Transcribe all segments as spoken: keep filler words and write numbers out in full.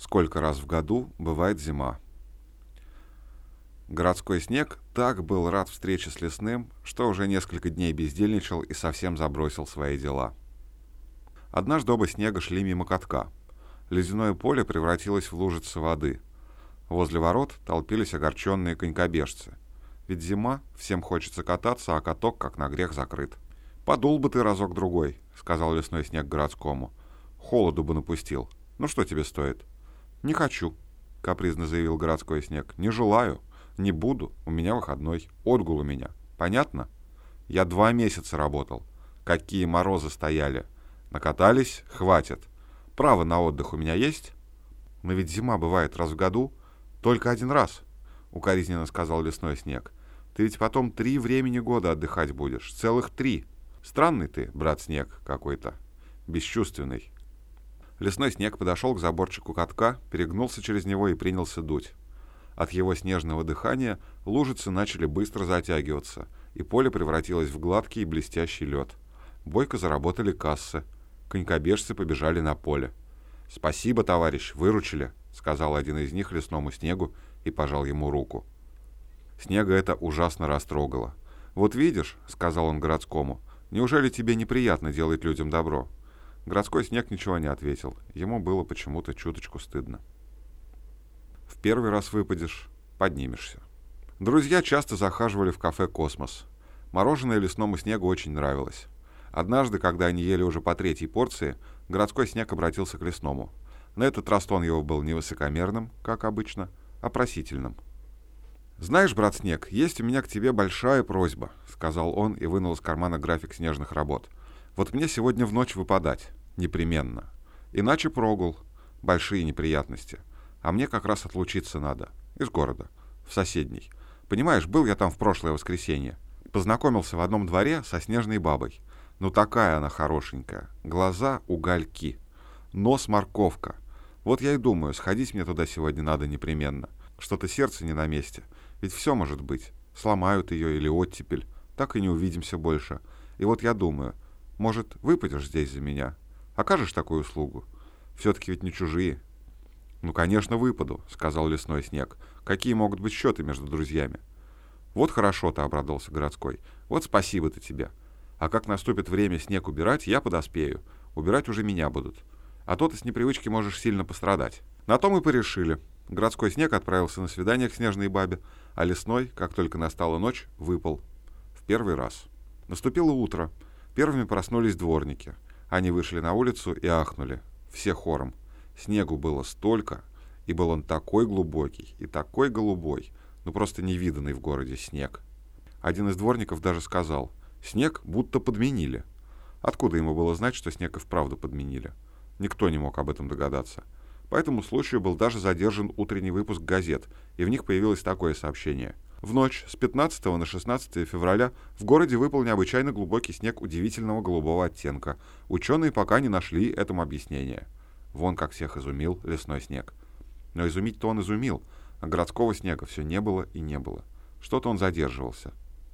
Сколько раз в году бывает зима? Городской снег так был рад встрече с лесным, что уже несколько дней бездельничал и совсем забросил свои дела. Однажды оба снега шли мимо катка. Ледяное поле превратилось в лужицы воды. Возле ворот толпились огорченные конькобежцы. Ведь зима, всем хочется кататься, а каток как на грех закрыт. «Подул бы ты разок-другой», — сказал лесной снег городскому. «Холоду бы напустил. Ну что тебе стоит?» «Не хочу», — капризно заявил городской снег. «Не желаю. Не буду. У меня выходной. Отгул у меня. Понятно? Я два месяца работал. Какие морозы стояли. Накатались? Хватит. Право на отдых у меня есть?» «Но ведь зима бывает раз в году. Только один раз», — укоризненно сказал лесной снег. «Ты ведь потом три времени года отдыхать будешь. Целых три. Странный ты, брат снег, какой-то. Бесчувственный». Лесной снег подошел к заборчику катка, перегнулся через него и принялся дуть. От его снежного дыхания лужицы начали быстро затягиваться, и поле превратилось в гладкий и блестящий лед. Бойко заработали кассы. Конькобежцы побежали на поле. «Спасибо, товарищ, выручили», — сказал один из них лесному снегу и пожал ему руку. Снега это ужасно растрогало. «Вот видишь», — сказал он городскому, — «неужели тебе неприятно делать людям добро?» Городской снег ничего не ответил. Ему было почему-то чуточку стыдно. В первый раз выпадешь — поднимешься. Друзья часто захаживали в кафе «Космос». Мороженое лесному снегу очень нравилось. Однажды, когда они ели уже по третьей порции, городской снег обратился к лесному. На этот раз тон его был не высокомерным, как обычно, а просительным. «Знаешь, брат снег, есть у меня к тебе большая просьба», — сказал он и вынул из кармана график снежных работ. «Вот мне сегодня в ночь выпадать. Непременно. Иначе прогул. Большие неприятности. А мне как раз отлучиться надо. Из города. В соседний. Понимаешь, был я там в прошлое воскресенье. Познакомился в одном дворе со снежной бабой. Ну такая она хорошенькая. Глаза угольки. Нос морковка. Вот я и думаю, сходить мне туда сегодня надо непременно. Что-то сердце не на месте. Ведь все может быть. Сломают ее или оттепель. Так и не увидимся больше. И вот я думаю, может, выпадешь здесь за меня? Окажешь такую услугу? Все-таки ведь не чужие». «Ну, конечно, выпаду», — сказал лесной снег. «Какие могут быть счеты между друзьями?» «Вот хорошо-то», — обрадовался городской. «Вот спасибо-то тебе. А как наступит время снег убирать, я подоспею. Убирать уже меня будут. А то ты с непривычки можешь сильно пострадать». На том и порешили. Городской снег отправился на свидание к снежной бабе, а лесной, как только настала ночь, выпал. В первый раз. Наступило утро. Первыми проснулись дворники. Они вышли на улицу и ахнули. Все хором. Снегу было столько, и был он такой глубокий и такой голубой, ну просто невиданный в городе снег. Один из дворников даже сказал: «Снег будто подменили». Откуда ему было знать, что снег и вправду подменили? Никто не мог об этом догадаться. По этому случаю был даже задержан утренний выпуск газет, и в них появилось такое сообщение. В ночь с пятнадцатого на шестнадцатое февраля в городе выпал необычайно глубокий снег удивительного голубого оттенка. Ученые пока не нашли этому объяснения. Вон как всех изумил лесной снег. Но изумить-то он изумил, а городского снега все не было и не было. Что-то он задерживался.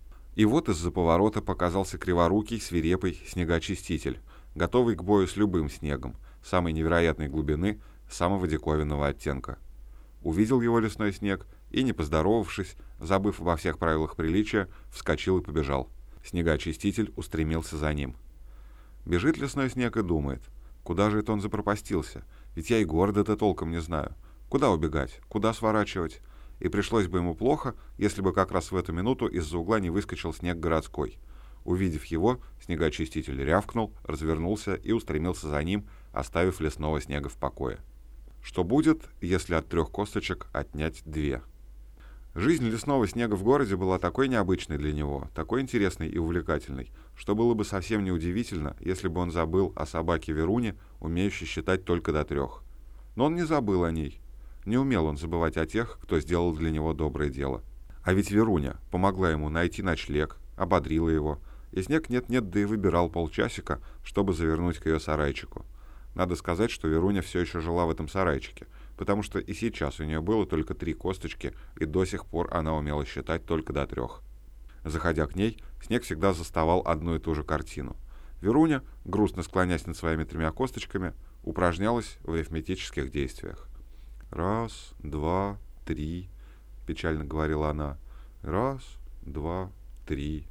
И вот из-за поворота показался криворукий, свирепый снегоочиститель, готовый к бою с любым снегом, самой невероятной глубины, самого диковинного оттенка. Увидел его лесной снег и, не поздоровавшись, забыв обо всех правилах приличия, вскочил и побежал. Снегоочиститель устремился за ним. Бежит лесной снег и думает: куда же это он запропастился? Ведь я и города-то толком не знаю. Куда убегать? Куда сворачивать? И пришлось бы ему плохо, если бы как раз в эту минуту из-за угла не выскочил снег городской. Увидев его, снегоочиститель рявкнул, развернулся и устремился за ним, оставив лесного снега в покое. Что будет, если от трех косточек отнять две? Жизнь лесного снега в городе была такой необычной для него, такой интересной и увлекательной, что было бы совсем неудивительно, если бы он забыл о собаке Веруне, умеющей считать только до трех. Но он не забыл о ней. Не умел он забывать о тех, кто сделал для него доброе дело. А ведь Веруня помогла ему найти ночлег, ободрила его, и снег нет-нет, да и выбирал полчасика, чтобы завернуть к ее сарайчику. Надо сказать, что Веруня все еще жила в этом сарайчике, потому что и сейчас у нее было только три косточки, и до сих пор она умела считать только до трех. Заходя к ней, снег всегда заставал одну и ту же картину. Веруня, грустно склонясь над своими тремя косточками, упражнялась в арифметических действиях. «Раз, два, три», — печально говорила она. «Раз, два, три.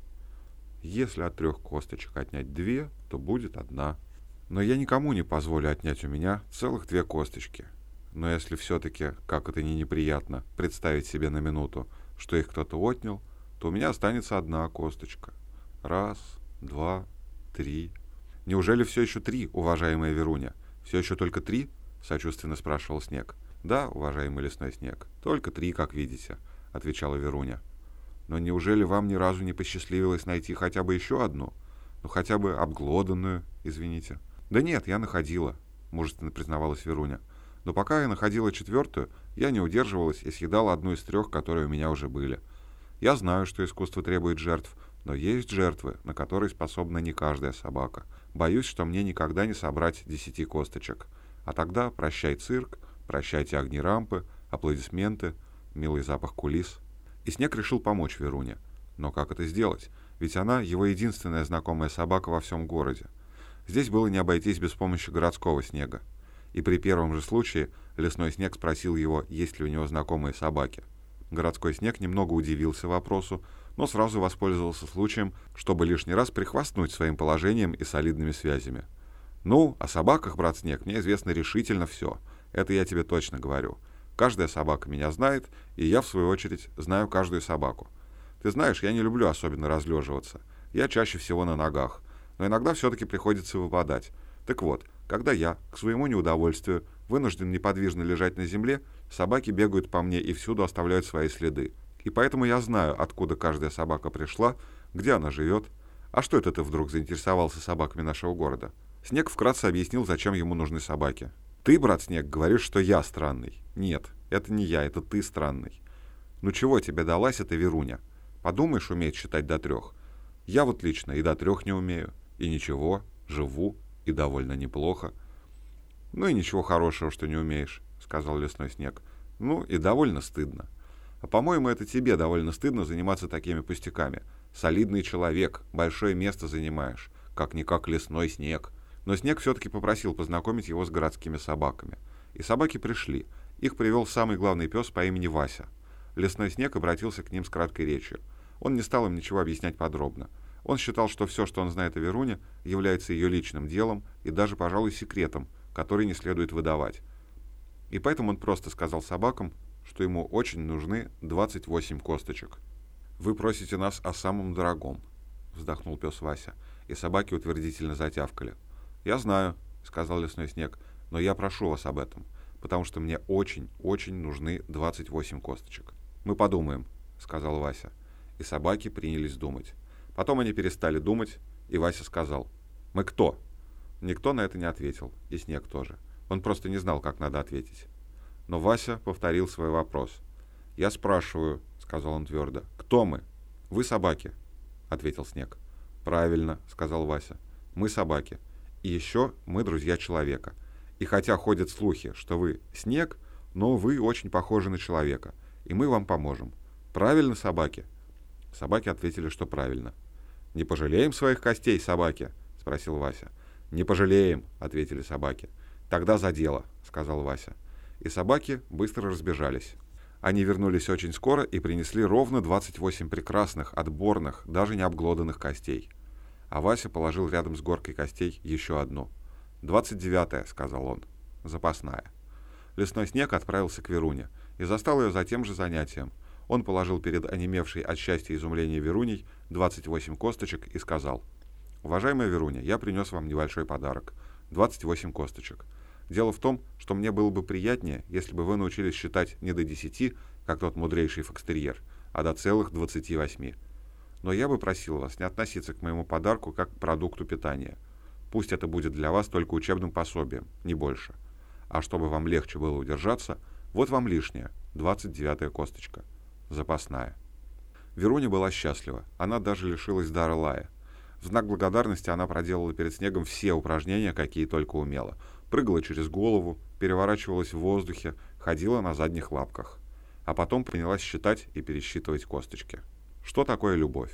Если от трех косточек отнять две, то будет одна. Но я никому не позволю отнять у меня целых две косточки. Но если все-таки, как это ни неприятно, представить себе на минуту, что их кто-то отнял, то у меня останется одна косточка. Раз, два, три». «Неужели все еще три, уважаемая Веруня? Все еще только три?» — сочувственно спрашивал Снег. «Да, уважаемый лесной Снег, только три, как видите», — отвечала Веруня. «Но неужели вам ни разу не посчастливилось найти хотя бы еще одну? Ну, хотя бы обглоданную, извините». «Да нет, я находила», — мужественно признавалась Веруня. «Но пока я находила четвертую, я не удерживалась и съедала одну из трех, которые у меня уже были. Я знаю, что искусство требует жертв, но есть жертвы, на которые способна не каждая собака. Боюсь, что мне никогда не собрать десяти косточек. А тогда прощай цирк, прощайте огни рампы, аплодисменты, милый запах кулис». И Снег решил помочь Веруне. Но как это сделать? Ведь она его единственная знакомая собака во всем городе. Здесь было не обойтись без помощи городского Снега. И при первом же случае лесной Снег спросил его, есть ли у него знакомые собаки. Городской Снег немного удивился вопросу, но сразу воспользовался случаем, чтобы лишний раз прихвастнуть своим положением и солидными связями. «Ну, о собаках, брат Снег, мне известно решительно все. Это я тебе точно говорю. Каждая собака меня знает, и я, в свою очередь, знаю каждую собаку. Ты знаешь, я не люблю особенно разлеживаться. Я чаще всего на ногах, но иногда все-таки приходится выпадать. Так вот, когда я, к своему неудовольствию, вынужден неподвижно лежать на земле, собаки бегают по мне и всюду оставляют свои следы. И поэтому я знаю, откуда каждая собака пришла, где она живет. А что это ты вдруг заинтересовался собаками нашего города?» Снег вкратце объяснил, зачем ему нужны собаки. «Ты, брат Снег, говоришь, что я странный. Нет, это не я, это ты странный. Ну чего тебе далась эта Веруня? Подумаешь, умеет считать до трех. Я вот лично и до трех не умею. И ничего, живу, и довольно неплохо». «Ну и ничего хорошего, что не умеешь», — сказал лесной Снег. «Ну и довольно стыдно. А по-моему, это тебе довольно стыдно заниматься такими пустяками. Солидный человек, большое место занимаешь, как-никак лесной Снег». Но Снег все-таки попросил познакомить его с городскими собаками. И собаки пришли. Их привел самый главный пес по имени Вася. Лесной Снег обратился к ним с краткой речью. Он не стал им ничего объяснять подробно. Он считал, что все, что он знает о Веруне, является ее личным делом и даже, пожалуй, секретом, который не следует выдавать. И поэтому он просто сказал собакам, что ему очень нужны двадцать восемь косточек. «Вы просите нас о самом дорогом», — вздохнул пес Вася, и собаки утвердительно затявкали. «Я знаю», — сказал лесной Снег, — «но я прошу вас об этом, потому что мне очень-очень нужны двадцать восемь косточек». «Мы подумаем», — сказал Вася, и собаки принялись думать. Потом они перестали думать, и Вася сказал: «Мы кто?» Никто на это не ответил, и Снег тоже. Он просто не знал, как надо ответить. Но Вася повторил свой вопрос. «Я спрашиваю», — сказал он твердо, — «кто мы?» «Вы собаки», — ответил Снег. «Правильно», — сказал Вася, — «мы собаки. И еще мы друзья человека. И хотя ходят слухи, что вы Снег, но вы очень похожи на человека, и мы вам поможем. Правильно, собаки?» Собаки ответили, что правильно. «Не пожалеем своих костей, собаки?» — спросил Вася. «Не пожалеем», — ответили собаки. «Тогда за дело», — сказал Вася. И собаки быстро разбежались. Они вернулись очень скоро и принесли ровно двадцать восемь прекрасных, отборных, даже не обглоданных костей. А Вася положил рядом с горкой костей еще одну. «Двадцать девятая», — сказал он, — «запасная». Лесной Снег отправился к Веруне и застал ее за тем же занятием. Он положил перед онемевшей от счастья и изумления Веруней двадцать восемь косточек и сказал: «Уважаемая Веруня, я принес вам небольшой подарок. двадцать восемь косточек. Дело в том, что мне было бы приятнее, если бы вы научились считать не до десяти, как тот мудрейший фокстерьер, а до целых двадцати восьми. Но я бы просил вас не относиться к моему подарку как к продукту питания. Пусть это будет для вас только учебным пособием, не больше. А чтобы вам легче было удержаться, вот вам лишняя, двадцать девятая косточка. Запасная». Веруня была счастлива. Она даже лишилась дара лая. В знак благодарности она проделала перед Снегом все упражнения, какие только умела. Прыгала через голову, переворачивалась в воздухе, ходила на задних лапках. А потом принялась считать и пересчитывать косточки. Что такое любовь?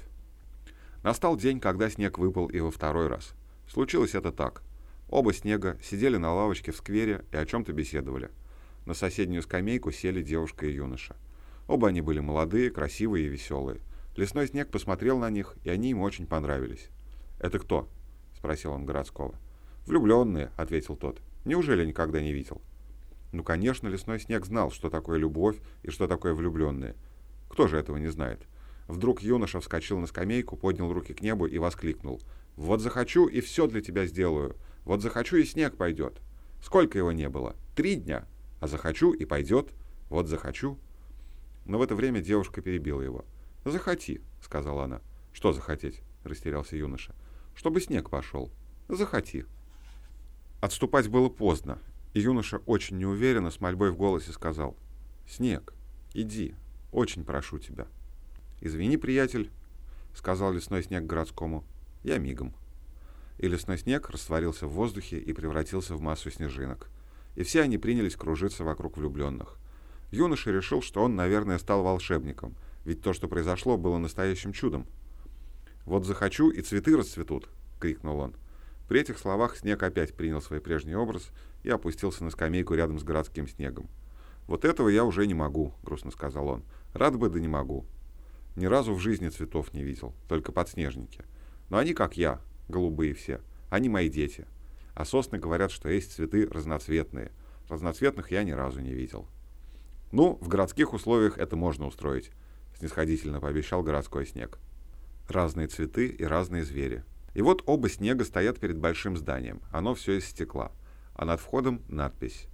Настал день, когда снег выпал и во второй раз. Случилось это так. Оба Снега сидели на лавочке в сквере и о чем-то беседовали. На соседнюю скамейку сели девушка и юноша. Оба они были молодые, красивые и веселые. Лесной снег посмотрел на них, и они ему очень понравились. «Это кто?» — спросил он городского. «Влюбленные», — ответил тот. «Неужели никогда не видел?» Ну, конечно, Лесной снег знал, что такое любовь и что такое влюбленные. Кто же этого не знает? Вдруг юноша вскочил на скамейку, поднял руки к небу и воскликнул. «Вот захочу, и все для тебя сделаю. Вот захочу, и снег пойдет. Сколько его не было? Три дня. А захочу, и пойдет. Вот захочу». Но в это время девушка перебила его. «Захоти», — сказала она. «Что захотеть?» — растерялся юноша. «Чтобы снег пошел. Захоти». Отступать было поздно, и юноша очень неуверенно с мольбой в голосе сказал. «Снег, иди, очень прошу тебя». «Извини, приятель», — сказал Лесной снег городскому. «Я мигом». И Лесной снег растворился в воздухе и превратился в массу снежинок. И все они принялись кружиться вокруг влюбленных. Юноша решил, что он, наверное, стал волшебником, ведь то, что произошло, было настоящим чудом. «Вот захочу, и цветы расцветут!» — крикнул он. При этих словах снег опять принял свой прежний образ и опустился на скамейку рядом с городским снегом. «Вот этого я уже не могу», — грустно сказал он. «Рад бы, да не могу. Ни разу в жизни цветов не видел, только подснежники. Но они, как я, голубые все. Они мои дети. А сосны говорят, что есть цветы разноцветные. Разноцветных я ни разу не видел». «Ну, в городских условиях это можно устроить», — снисходительно пообещал городской снег. Разные цветы и разные звери. И вот оба снега стоят перед большим зданием. Оно все из стекла. А над входом надпись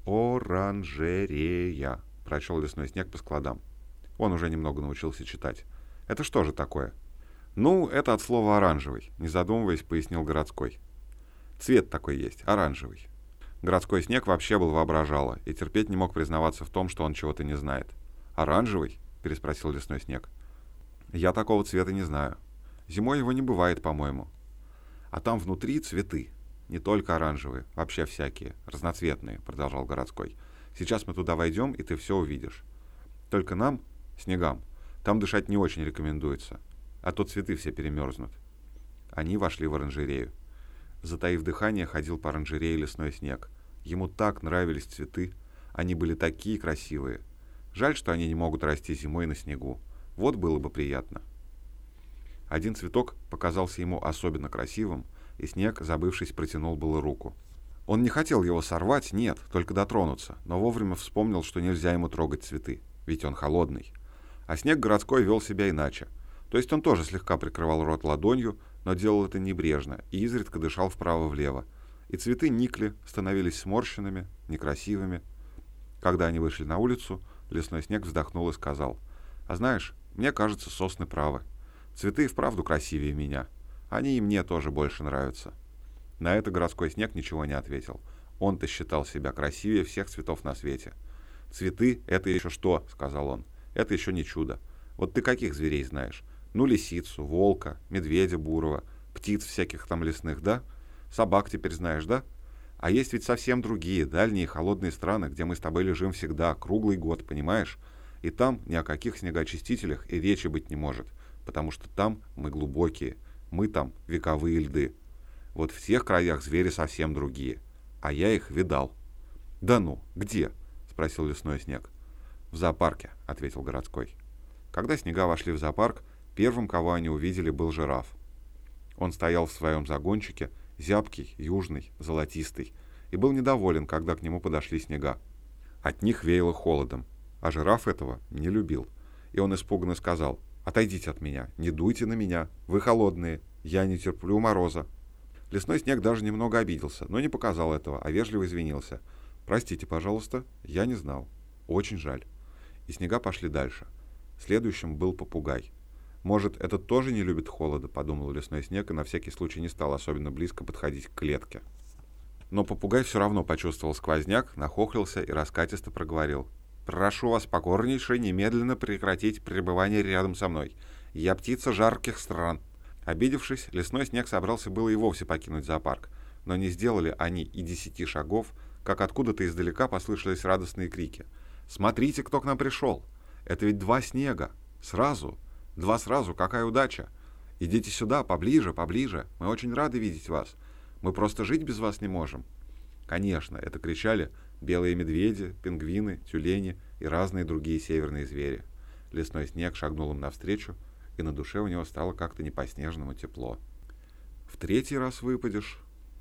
«Оранжерея», — прочел Лесной снег по складам. Он уже немного научился читать. «Это что же такое?» «Ну, это от слова «оранжевый», — не задумываясь, пояснил городской. «Цвет такой есть, оранжевый». Городской снег вообще был воображало и терпеть не мог признаваться в том, что он чего-то не знает. «Оранжевый?» — переспросил Лесной снег. «Я такого цвета не знаю. Зимой его не бывает, по-моему. А там внутри цветы. Не только оранжевые, вообще всякие, разноцветные», — продолжал городской. «Сейчас мы туда войдем, и ты все увидишь. Только нам, снегам, там дышать не очень рекомендуется, а то цветы все перемерзнут». Они вошли в оранжерею. Затаив дыхание, ходил по оранжерее Лесной снег. Ему так нравились цветы. Они были такие красивые. Жаль, что они не могут расти зимой на снегу. Вот было бы приятно. Один цветок показался ему особенно красивым, и снег, забывшись, протянул было руку. Он не хотел его сорвать, нет, только дотронуться, но вовремя вспомнил, что нельзя ему трогать цветы, ведь он холодный. А снег городской вел себя иначе. То есть он тоже слегка прикрывал рот ладонью, но делал это небрежно и изредка дышал вправо-влево. И цветы никли, становились сморщенными, некрасивыми. Когда они вышли на улицу, Лесной снег вздохнул и сказал: «А знаешь, мне кажется, сосны правы. Цветы и вправду красивее меня. Они и мне тоже больше нравятся». На это городской снег ничего не ответил. Он-то считал себя красивее всех цветов на свете. «Цветы — это еще что?» — сказал он. «Это еще не чудо. Вот ты каких зверей знаешь? Ну, лисицу, волка, медведя бурого, птиц всяких там лесных, да? Собак теперь знаешь, да? А есть ведь совсем другие, дальние холодные страны, где мы с тобой лежим всегда, круглый год, понимаешь? И там ни о каких снегоочистителях и речи быть не может, потому что там мы глубокие, мы там вековые льды. Вот в тех краях звери совсем другие, а я их видал». «Да ну, где?» — спросил Лесной снег. «В зоопарке», — ответил городской. Когда снега вошли в зоопарк, первым, кого они увидели, был жираф. Он стоял в своем загончике, зябкий, южный, золотистый, и был недоволен, когда к нему подошли снега. От них веяло холодом, а жираф этого не любил. И он испуганно сказал: «Отойдите от меня, не дуйте на меня, вы холодные, я не терплю мороза». Лесной снег даже немного обиделся, но не показал этого, а вежливо извинился. «Простите, пожалуйста, я не знал. Очень жаль». И снега пошли дальше. Следующим был попугай. «Может, этот тоже не любит холода?» — подумал Лесной снег и на всякий случай не стал особенно близко подходить к клетке. Но попугай все равно почувствовал сквозняк, нахохлился и раскатисто проговорил: «Прошу вас покорнейше немедленно прекратить пребывание рядом со мной. Я птица жарких стран». Обидевшись, Лесной снег собрался было и вовсе покинуть зоопарк, но не сделали они и десяти шагов, как откуда-то издалека послышались радостные крики. «Смотрите, кто к нам пришел! Это ведь два снега! Сразу! Два сразу! Какая удача! Идите сюда, поближе, поближе! Мы очень рады видеть вас! Мы просто жить без вас не можем!» Конечно, это кричали Белые медведи, пингвины, тюлени и разные другие северные звери. Лесной снег шагнул им навстречу, и на душе у него стало как-то не по-снежному тепло. «В третий раз выпадешь».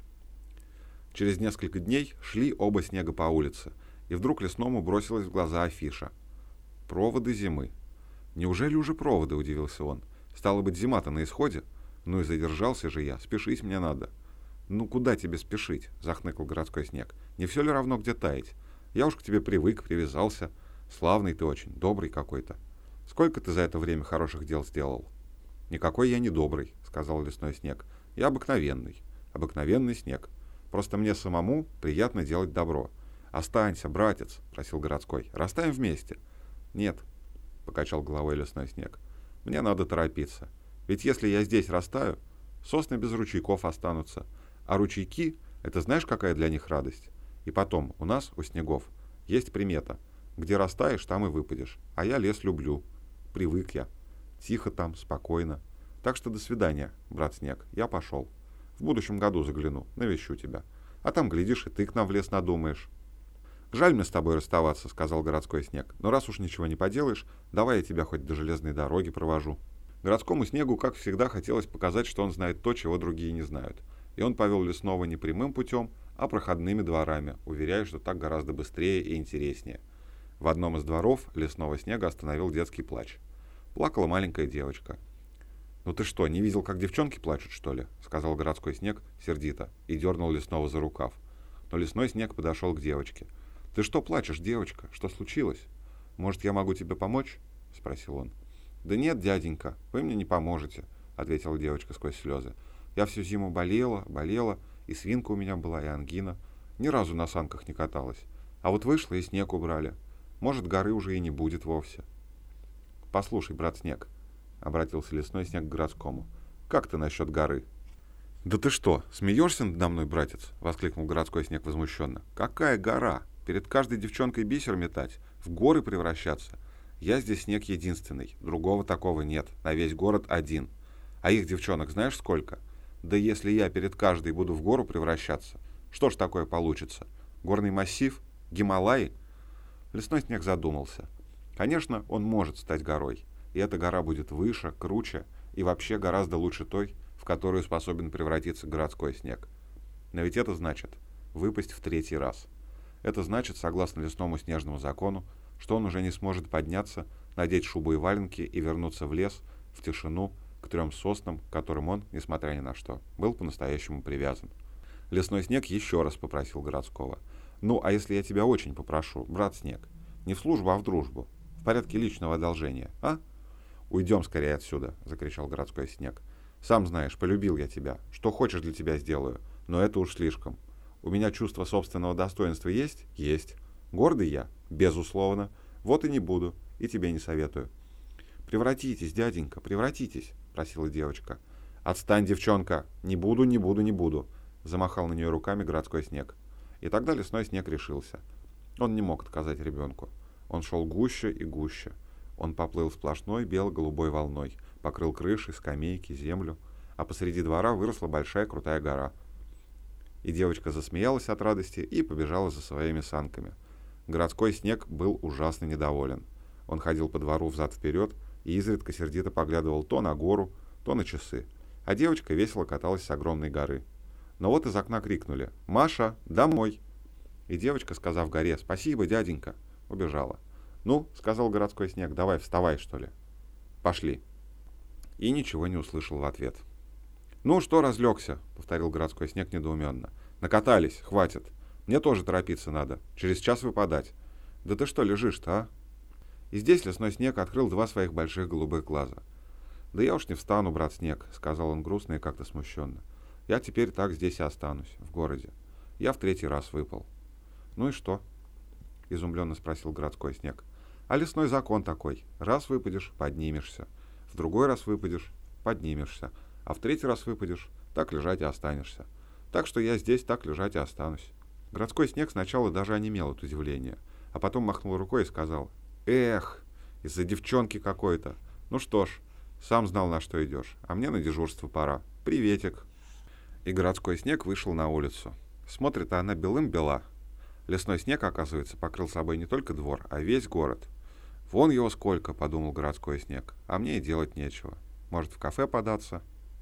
Через несколько дней шли оба снега по улице, и вдруг лесному бросилась в глаза афиша. «Проводы зимы». «Неужели уже проводы?» – удивился он. «Стало быть, зима-то на исходе? Ну и задержался же я, спешить мне надо». «Ну куда тебе спешить?» – захныкал городской снег. «Не все ли равно, где таять? Я уж к тебе привык, привязался. Славный ты очень, добрый какой-то. Сколько ты за это время хороших дел сделал?» «Никакой я не добрый», — сказал лесной снег. «Я обыкновенный, обыкновенный снег. Просто мне самому приятно делать добро». «Останься, братец», — просил городской. «Растаем вместе». «Нет», — покачал головой лесной снег. «Мне надо торопиться. Ведь если я здесь растаю, сосны без ручейков останутся. А ручейки — это знаешь, какая для них радость? И потом, у нас, у снегов, есть примета. Где растаешь, там и выпадешь. А я лес люблю. Привык я. Тихо там, спокойно. Так что до свидания, брат Снег. Я пошел. В будущем году загляну, навещу тебя. А там, глядишь, и ты к нам в лес надумаешь». «Жаль мне с тобой расставаться», — сказал городской Снег. «Но раз уж ничего не поделаешь, давай я тебя хоть до железной дороги провожу». Городскому Снегу, как всегда, хотелось показать, что он знает то, чего другие не знают. И он повел лесного не прямым путем, а проходными дворами, уверяя, что так гораздо быстрее и интереснее. В одном из дворов лесного Снега остановил детский плач. Плакала маленькая девочка. «Ну ты что, не видел, как девчонки плачут, что ли?» — сказал городской Снег сердито и дернул лесного за рукав. Но лесной Снег подошел к девочке. «Ты что плачешь, девочка? Что случилось? Может, я могу тебе помочь?» — спросил он. «Да нет, дяденька, вы мне не поможете», — ответила девочка сквозь слезы. «Я всю зиму болела, болела, и свинка у меня была, и ангина. Ни разу на санках не каталась. А вот вышла, и снег убрали. Может, горы уже и не будет вовсе». «Послушай, брат Снег», — обратился лесной Снег к городскому, — «как ты насчет горы?» «Да ты что, смеешься надо мной, братец?» — воскликнул городской Снег возмущенно. «Какая гора? Перед каждой девчонкой бисер метать, в горы превращаться. Я здесь Снег единственный, другого такого нет, на весь город один. А их девчонок знаешь сколько? Да если я перед каждой буду в гору превращаться, что ж такое получится? Горный массив? Гималаи?» Лесной Снег задумался. Конечно, он может стать горой, и эта гора будет выше, круче и вообще гораздо лучше той, в которую способен превратиться городской Снег. Но ведь это значит выпасть в третий раз. Это значит, согласно лесному снежному закону, что он уже не сможет подняться, надеть шубу и валенки и вернуться в лес, в тишину, к трем соснам, к которым он, несмотря ни на что, был по-настоящему привязан. Лесной Снег еще раз попросил городского. «Ну, а если я тебя очень попрошу, брат Снег, не в службу, а в дружбу, в порядке личного одолжения, а?» «Уйдем скорее отсюда», — закричал городской Снег. «Сам знаешь, полюбил я тебя. Что хочешь, для тебя сделаю. Но это уж слишком. У меня чувство собственного достоинства есть? Есть. Гордый я? Безусловно. Вот и не буду, и тебе не советую». «Превратитесь, дяденька, превратитесь», — просила девочка. «Отстань, девчонка! Не буду, не буду, не буду», — замахал на нее руками городской Снег. И тогда лесной Снег решился. Он не мог отказать ребенку. Он шел гуще и гуще. Он поплыл сплошной бело-голубой волной, покрыл крыши, скамейки, землю, а посреди двора выросла большая крутая гора. И девочка засмеялась от радости и побежала за своими санками. Городской Снег был ужасно недоволен. Он ходил по двору взад-вперед и изредка сердито поглядывал то на гору, то на часы. А девочка весело каталась с огромной горы. Но вот из окна крикнули: «Маша, домой!» И девочка, сказав горе «Спасибо, дяденька», убежала. «Ну, — сказал городской Снег, — давай вставай, что ли. Пошли». И ничего не услышал в ответ. «Ну, что разлегся?» — повторил городской Снег недоуменно. «Накатались, хватит. Мне тоже торопиться надо. Через час выпадать. Да ты что лежишь-то, а?» И здесь лесной Снег открыл два своих больших голубых глаза. «Да я уж не встану, брат Снег», — сказал он грустно и как-то смущенно. «Я теперь так здесь и останусь, в городе. Я в третий раз выпал». «Ну и что?» — изумленно спросил городской Снег. «А лесной закон такой. Раз выпадешь — поднимешься. В другой раз выпадешь — поднимешься. А в третий раз выпадешь — так лежать и останешься. Так что я здесь так лежать и останусь». Городской Снег сначала даже онемел от удивления, а потом махнул рукой и сказал: «Эх, из-за девчонки какой-то. Ну что ж, сам знал, на что идешь, а мне на дежурство пора. Приветик». И городской Снег вышел на улицу. Смотрит, а она белым-бела, Лесной снег, оказывается, покрыл собой не только двор, а весь город. «Вон его сколько», — подумал городской снег, — «а мне и делать нечего. Может, в кафе податься?»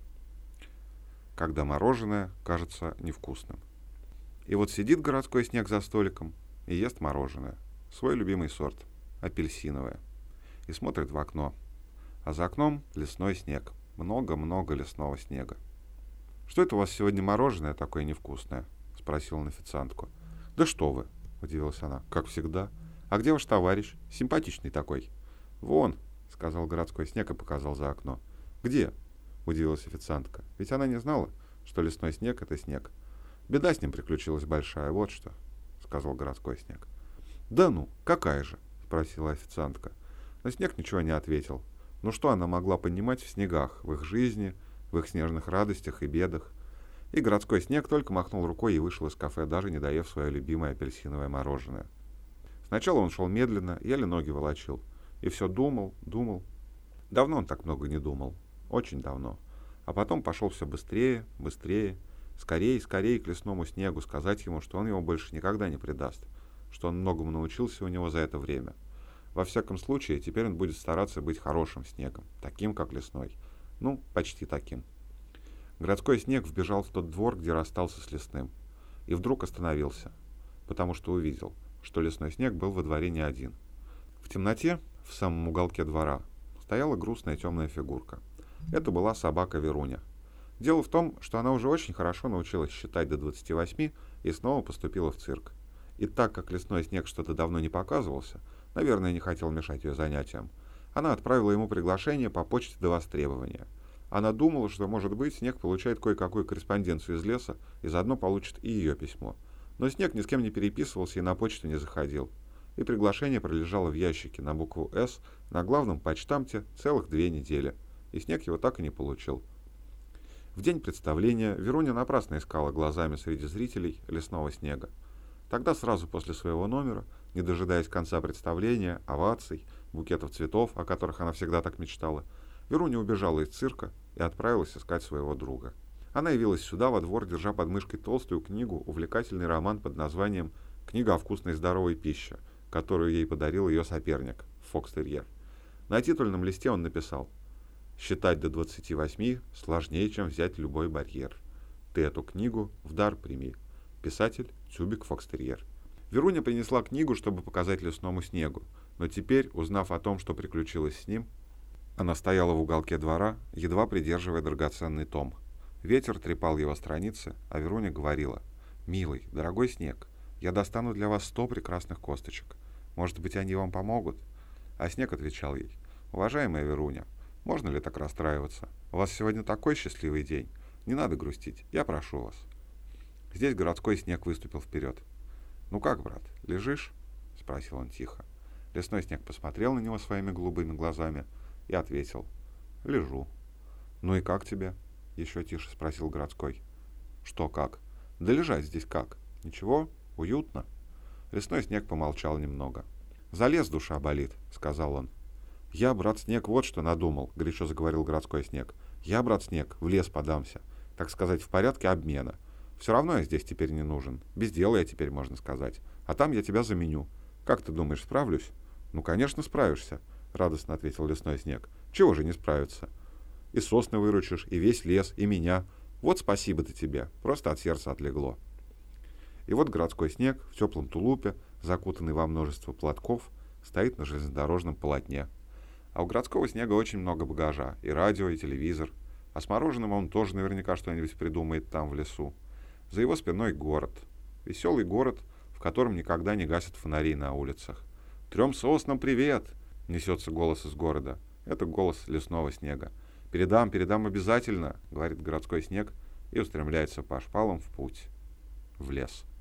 Когда мороженое кажется невкусным. И вот сидит городской снег за столиком и ест мороженое, свой любимый сорт, апельсиновое, и смотрит в окно. А за окном лесной снег, много-много лесного снега. «Что это у вас сегодня мороженое такое невкусное?» — спросил он официантку. «Да что вы!» — удивилась она. «Как всегда. А где ваш товарищ? Симпатичный такой». «Вон», — сказал городской снег и показал за окно. «Где?» — удивилась официантка. Ведь она не знала, что лесной снег — это снег. «Беда с ним приключилась большая, вот что», — сказал городской снег. «Да ну, какая же?» — спросила официантка. Но снег ничего не ответил. Ну что она могла понимать в снегах, в их жизни, в их снежных радостях и бедах? И городской снег только махнул рукой и вышел из кафе, даже не доев свое любимое апельсиновое мороженое. Сначала он шел медленно, еле ноги волочил. И все думал, думал. Давно он так много не думал. Очень давно. А потом пошел все быстрее, быстрее, скорее, скорее к лесному снегу, сказать ему, что он его больше никогда не предаст, что он многому научился у него за это время. Во всяком случае, теперь он будет стараться быть хорошим снегом, таким, как лесной. Ну, почти таким. Городской снег вбежал в тот двор, где расстался с лесным. И вдруг остановился, потому что увидел, что лесной снег был во дворе не один. В темноте, в самом уголке двора, стояла грустная темная фигурка. Это была собака Веруня. Дело в том, что она уже очень хорошо научилась считать до двадцати восьми и снова поступила в цирк. И так как лесной снег что-то давно не показывался, наверное, не хотел мешать ее занятиям, она отправила ему приглашение по почте до востребования. Она думала, что, может быть, снег получает кое-какую корреспонденцию из леса и заодно получит и ее письмо. Но снег ни с кем не переписывался и на почту не заходил. И приглашение пролежало в ящике на букву «С» на главном почтамте целых две недели. И снег его так и не получил. В день представления Веруня напрасно искала глазами среди зрителей лесного снега. Тогда сразу после своего номера, не дожидаясь конца представления, оваций, букетов цветов, о которых она всегда так мечтала, Веруня убежала из цирка и отправилась искать своего друга. Она явилась сюда, во двор, держа под мышкой толстую книгу, увлекательный роман под названием «Книга о вкусной и здоровой пище», которую ей подарил ее соперник, фокстерьер. На титульном листе он написал: «Считать до двадцати восьми сложнее, чем взять любой барьер. Ты эту книгу в дар прими. Писатель Тюбик Фокстерьер». Веруня принесла книгу, чтобы показать лесному снегу, но теперь, узнав о том, что приключилось с ним, она стояла в уголке двора, едва придерживая драгоценный том. Ветер трепал его страницы, а Веруня говорила: «Милый, дорогой снег, я достану для вас сто прекрасных косточек. Может быть, они вам помогут?» А снег отвечал ей: «Уважаемая Веруня, можно ли так расстраиваться? У вас сегодня такой счастливый день. Не надо грустить, я прошу вас». Здесь городской снег выступил вперед. «Ну как, брат, лежишь?» — спросил он тихо. Лесной снег посмотрел на него своими голубыми глазами и ответил: «Лежу». «Ну и как тебе?» — еще тише спросил городской. «Что как? Да лежать здесь как? Ничего? Уютно?» Лесной снег помолчал немного. «За лес душа болит», — сказал он. «Я, брат Снег, вот что надумал», — горячо заговорил городской снег. «Я, брат Снег, в лес подамся, так сказать, в порядке обмена. Все равно я здесь теперь не нужен. Без дела я теперь, можно сказать. А там я тебя заменю. Как ты думаешь, справлюсь?» «Ну, конечно, справишься», — радостно ответил лесной снег. «Чего же не справиться? И сосны выручишь, и весь лес, и меня. Вот спасибо-то тебе, просто от сердца отлегло». И вот городской снег в теплом тулупе, закутанный во множество платков, стоит на железнодорожном полотне. А у городского снега очень много багажа, и радио, и телевизор. А с мороженым он тоже наверняка что-нибудь придумает там, в лесу. За его спиной город. Веселый город, в котором никогда не гасят фонари на улицах. «Трем соснам привет!» — несется голос из города. Это голос лесного снега. «Передам, передам обязательно!» — говорит городской снег и устремляется по шпалам в путь, в лес.